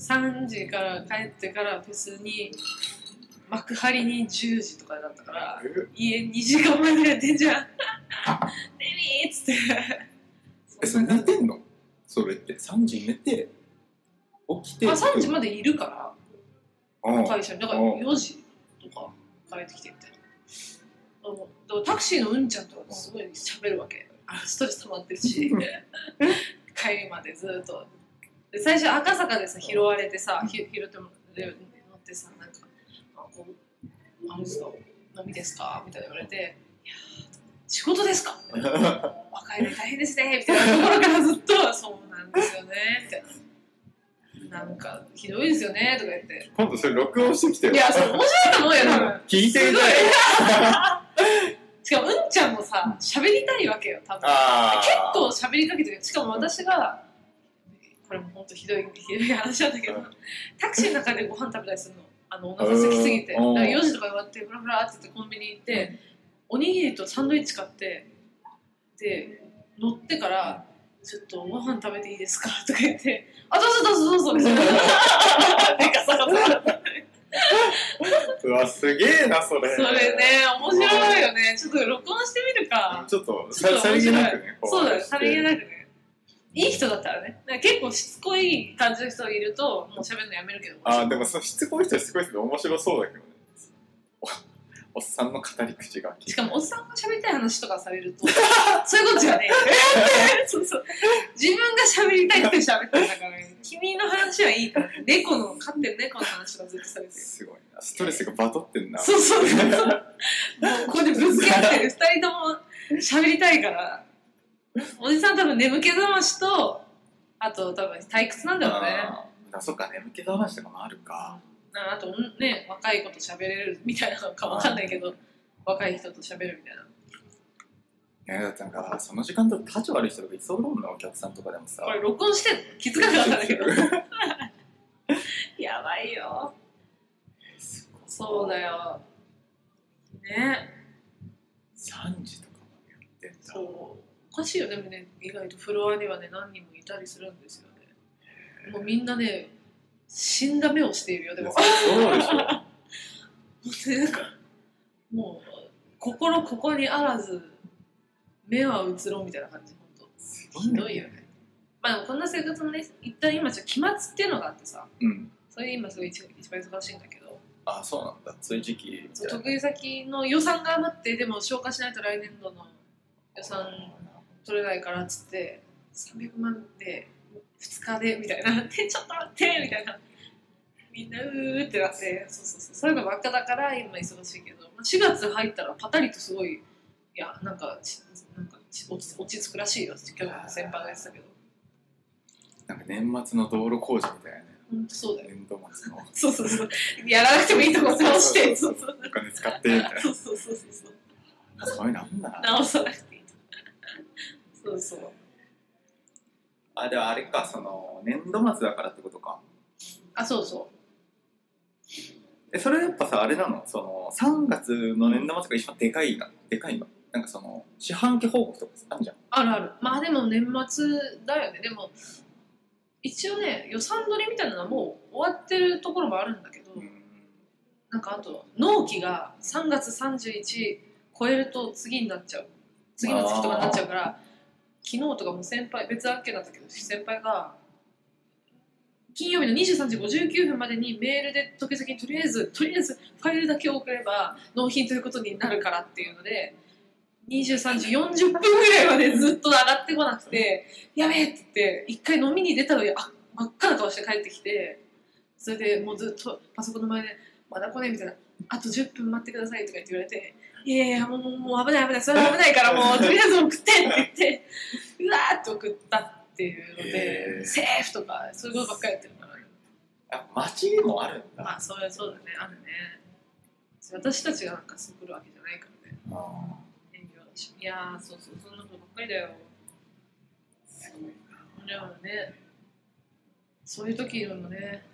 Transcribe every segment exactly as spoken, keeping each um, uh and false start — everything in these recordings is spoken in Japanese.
さんじから帰ってからフェスに幕張にじゅうじとかだったから家にじかんまえぐらい出んじゃんデミーっつってえ、それ寝てんの？それってさんじに寝て起きてあさんじまでいるから会社にだからよじとか帰ってきてみたいな。タクシーのうんちゃんとかすごい喋るわけ。ストレス溜まってるし帰りまでずっとで最初赤坂でさ拾われてさ、うん、拾っても乗ってさなんかあこうあれですか飲みですかみたいな言われていや仕事ですか若いの大変ですねみたいなところからずっとそうなんですよねみたいななんかひどいですよねとか言って今度それ録音してきてよ。 いやそれ面白いと思うよ多分聞いてみたいしかもうんちゃんもさ喋りたいわけよ多分結構喋りかけてるしかも私がこれも本当ひどいひどい話なんだけどタクシーの中でご飯食べたりするのあのお腹空きすぎてだからよじとか言われてフラフラって言ってコンビニ行っておにぎりとサンドイッチ買ってで乗ってからちょっとご飯食べていいですかとか言ってあどうぞどうぞどうぞみたいなでかさがうわすげえなそれそれね面白いよねちょっと録音してみるかちょっとさりげなくねそうだよさりげなくねいい人だったらね結構しつこい感じの人がいるともう喋るのやめるけどあでもそのしつこい人はしつこい人で面白そうだけどね お, おっさんの語り口がしかもおっさんが喋りたい話とかされるとそういうことじゃねえそうそう自分が喋りたいって喋ってるんだから、ね、君の話はいいから猫の飼ってる猫の話とかずっとされてるすごいなストレスがバトってんなそうそうそうもうここでぶつけ合ってるふたりとも喋りたいからおじさん多分眠気覚ましとあと多分退屈なんだろうねあそっか眠気覚ましとかもあるかあとね若い子と喋れるみたいなのかわかんないけど若い人と喋るみたいな。 いやだってなんかその時間と立ち悪い人とかいそうだもんなお客さんとかでもさこれ録音して気づかなかったんだけどやばいよそうだよねさんじとかまでやってんだそうおかしいよでもね意外とフロアにはね何人もいたりするんですよねもうみんなね死んだ目をしているよでもそうでしょなんかもう心ここにあらず目はうつろみたいな感じ本当ひどいよねまあでもこんな生活もね一旦今じゃ期末っていうのがあってさ、うん、それ今すごい一番忙しいんだけどああそうなんだそういう時期そう得意先の予算が余ってでも消化しないと来年度の予算取れないからっつってさんびゃくまんでふつかでみたいなでちょっと待ってみたいなみんなうーってなってそうそうそうそういうのばっかだから今忙しいけどしがつ入ったらパタリとすごいいやなんかなんか落ち落ち着くらしいよ今日の先輩が言ってたけどなんか年末の道路工事みたいなねほんとそうだよ年度末のそうそうそうやらなくてもいいとこ直してそうそうお金使ってみたいなそうそうそうそうそういうのあんだ直さなくていいとそうそうあでもあれかその年度末だからってことかあそうそうえそれやっぱさあれなのそのさんがつの年度末が一番でかいなでかいのなんかその四半期報告とかあるじゃんあるあるまあでも年末だよねでも一応ね予算取りみたいなのはもう終わってるところもあるんだけど、うん、なんかあと納期がさんがつさんじゅういち超えると次になっちゃう次の月とかになっちゃうから昨日とかも先輩別案件だったけど先輩が金曜日のにじゅうさんじごじゅうきゅうふんまでにメールで時々にとりあえずとりあえずファイルだけ送れば納品ということになるからっていうのでにじゅうさんじよんじゅっぷんぐらいまでずっと上がってこなくてやべえって言って一回飲みに出たのにあ真っ赤な顔して帰ってきてそれでもうずっとパソコンの前でまだ来ねえみたいなあとじゅっぷん待ってくださいとか言って言われていやいやもうもう危ない危ないそれは危ないからもうとりあえず送ってって言ってうわーって送ったっていうので、えー、セーフとかそういうことばっかりやってるからあ街にもあるんだまあそれそうだねあるね私たちがなんか作るわけじゃないからねあいやーそうそうそんなことばっかりだよすごいなでもねそういう時でもね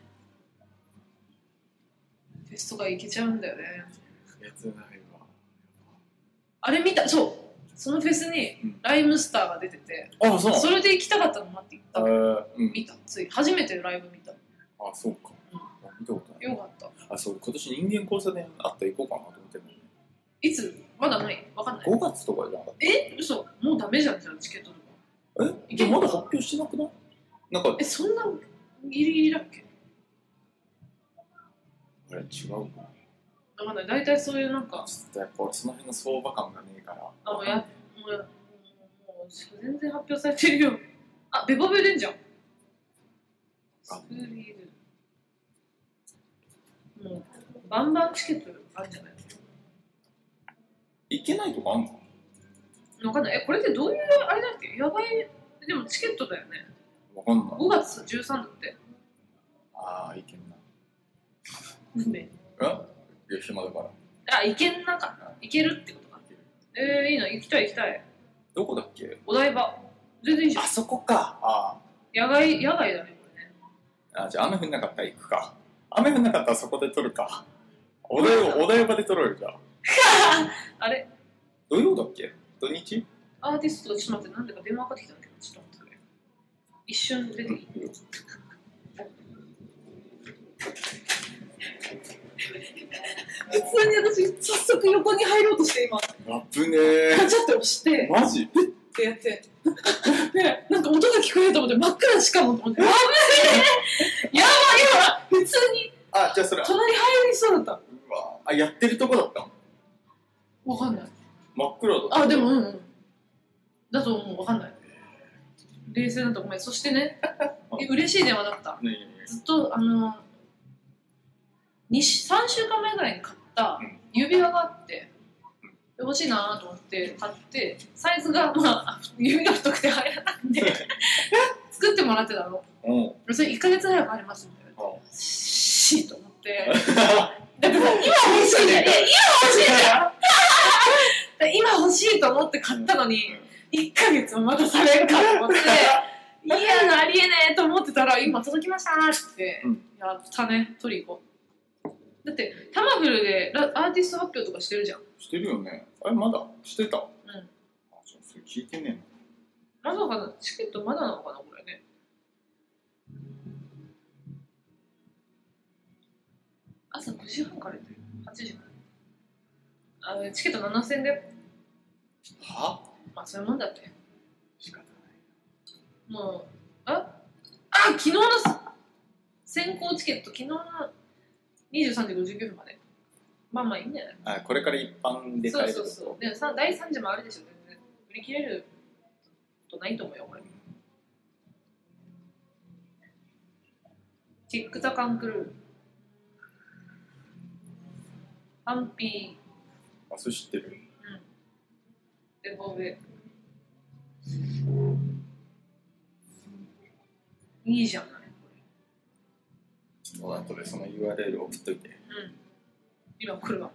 フェスとか行けちゃうんだよねやつないわあれ見たそうそのフェスにライムスターが出てて、 うん、あそうそれで行きたかったの待って行った、 うん、 見たつい初めてライブ見たあ、そうか。 うん、 見たことない。 よかった。 あ、そう、今年人間交差点あったら行こうかなと思ってるのに。 いつ？まだない？わかんない。 ごがつとかじゃなかった？ え？嘘？もうダメじゃん、じゃあチケットとか。 え？じゃあまだ発表してなくない？なんか、 え、そんなギリギリだっけ？ あれ、違うかな。 わかんない。大体そういうなんか。 ちょっとやっぱ俺その辺の相場感がねえから。 あ、もうや、もうや、もう全然発表されてるよ。あ、ベボベ出んじゃん。スクリル。もう、バンバンチケットあるんじゃない？ いけないとかあんの？ わかんない。え、これってどういうあれだっけ？やばい。でもチケットだよね。 わかんない。 ごがつじゅうさんだって。 ああ、いけんな。 なんで？ え？いや、暇だから。 あ、いけんなか。いけるってことか。えー、いいな。行きたい行きたい。 どこだっけ？ お台場。全然いいじゃん。 あそこか。ああ。 野外、野外だね、これね。 あ、じゃあ雨降んなかったら行くか。雨降んなかったらそこで撮るか。お台場、お台場で撮ろうよ、じゃあ。 あれ？ 土曜だっけ？土日？ アーティスト、ちょっと待って、なんでか電話かかってきたんだけど、ちょっと待ってくれ。一瞬出ていい？普通に私、早速横に入ろうとして、今。 あぶねー。 カチャって押して、 マジ？ ブッってやって、で、なんか音が聞こえると思って、真っ暗しかもと思って、あぶねーやばい、今、普通に。 あ、じゃあそれ。 隣入りそうだった。うわあ、やってるとこだったの？ わかんない。 真っ暗だった。 あ、でも、うんうん。だと思う、わかんない。冷静だとごめん。そしてね、嬉しい電話だった。 ね、 ずっと、あの、さんしゅうかんまえぐらいに買った指輪があって、うん、欲しいなと思って買って、サイズが、まあ、指が太くて入らなくて、作ってもらってたの。うん、それいっかげつ早くありますみたいな。しーと思って。だってさ、今欲しいじゃん。いや、今欲しいじゃん。今欲しいと思って買ったのに、いっかげつもまたされんかと思って、いや、ありえねえと思ってたら、今届きましたって、うん、やったね、取り行こう。だって、タマフルでアーティスト発表とかしてるじゃん。 してるよね。あれ、まだしてた？うん。あ、それ聞いてねえな。まだかな、チケットまだなのかな、これね。朝くじはんからやってる。はちじから。あ、チケットななせんえんで。 は？ まあ、そういうもんだって。 仕方ない。 もう、ああ、昨日の先行チケット、昨日のにじゅうさんじごじゅうきゅうふんまで。まあまあいいんじゃない？ あ、これから一般で買える。 そうそうそう。でもだいさんじもあるでしょ、全然。売り切れることないと思うよ、これ。チック・ザ・カンクルー。ハンピー。あ、それ知ってる？ うん。で、ボベ。いいじゃない、これ。 ちょっと後でその ユーアールエル 送っといて。うん。 今来るわ。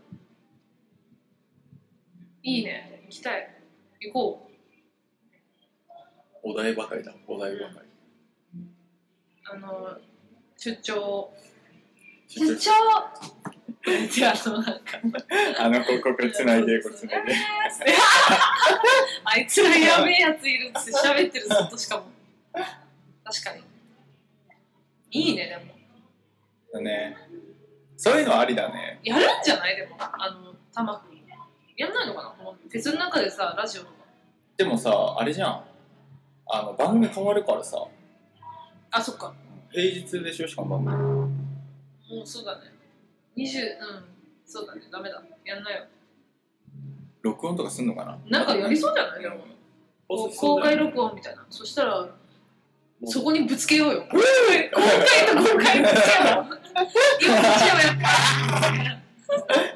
いいね。行きたい。行こう。 お台場会だ。お台場会。 うん、あの、出張。 出張じゃあ、そうなんか。 あの、ここつないで、これつないで。 あいつらやべえやついるって喋ってる、ずっとしかも。確かに。いいね、でも。 だね。そういうのありだね。 やるんじゃない？でも、あの、タマフル。やんないのかな？フェスの中でさ、ラジオとか。 でもさ、あれじゃん。あの、番組変わるからさ。 あ、そっか。 平日でしょ、しかも番組。 もうそうだね。にじゅう、うん。そうだね。ダメだ。やんないよ。 録音とかすんのかな？ なんかやりそうじゃない？でも。公開録音みたいな。そしたら、そこにぶつけようよ。公開と公開ぶつけようよ。今ぶつけようよ。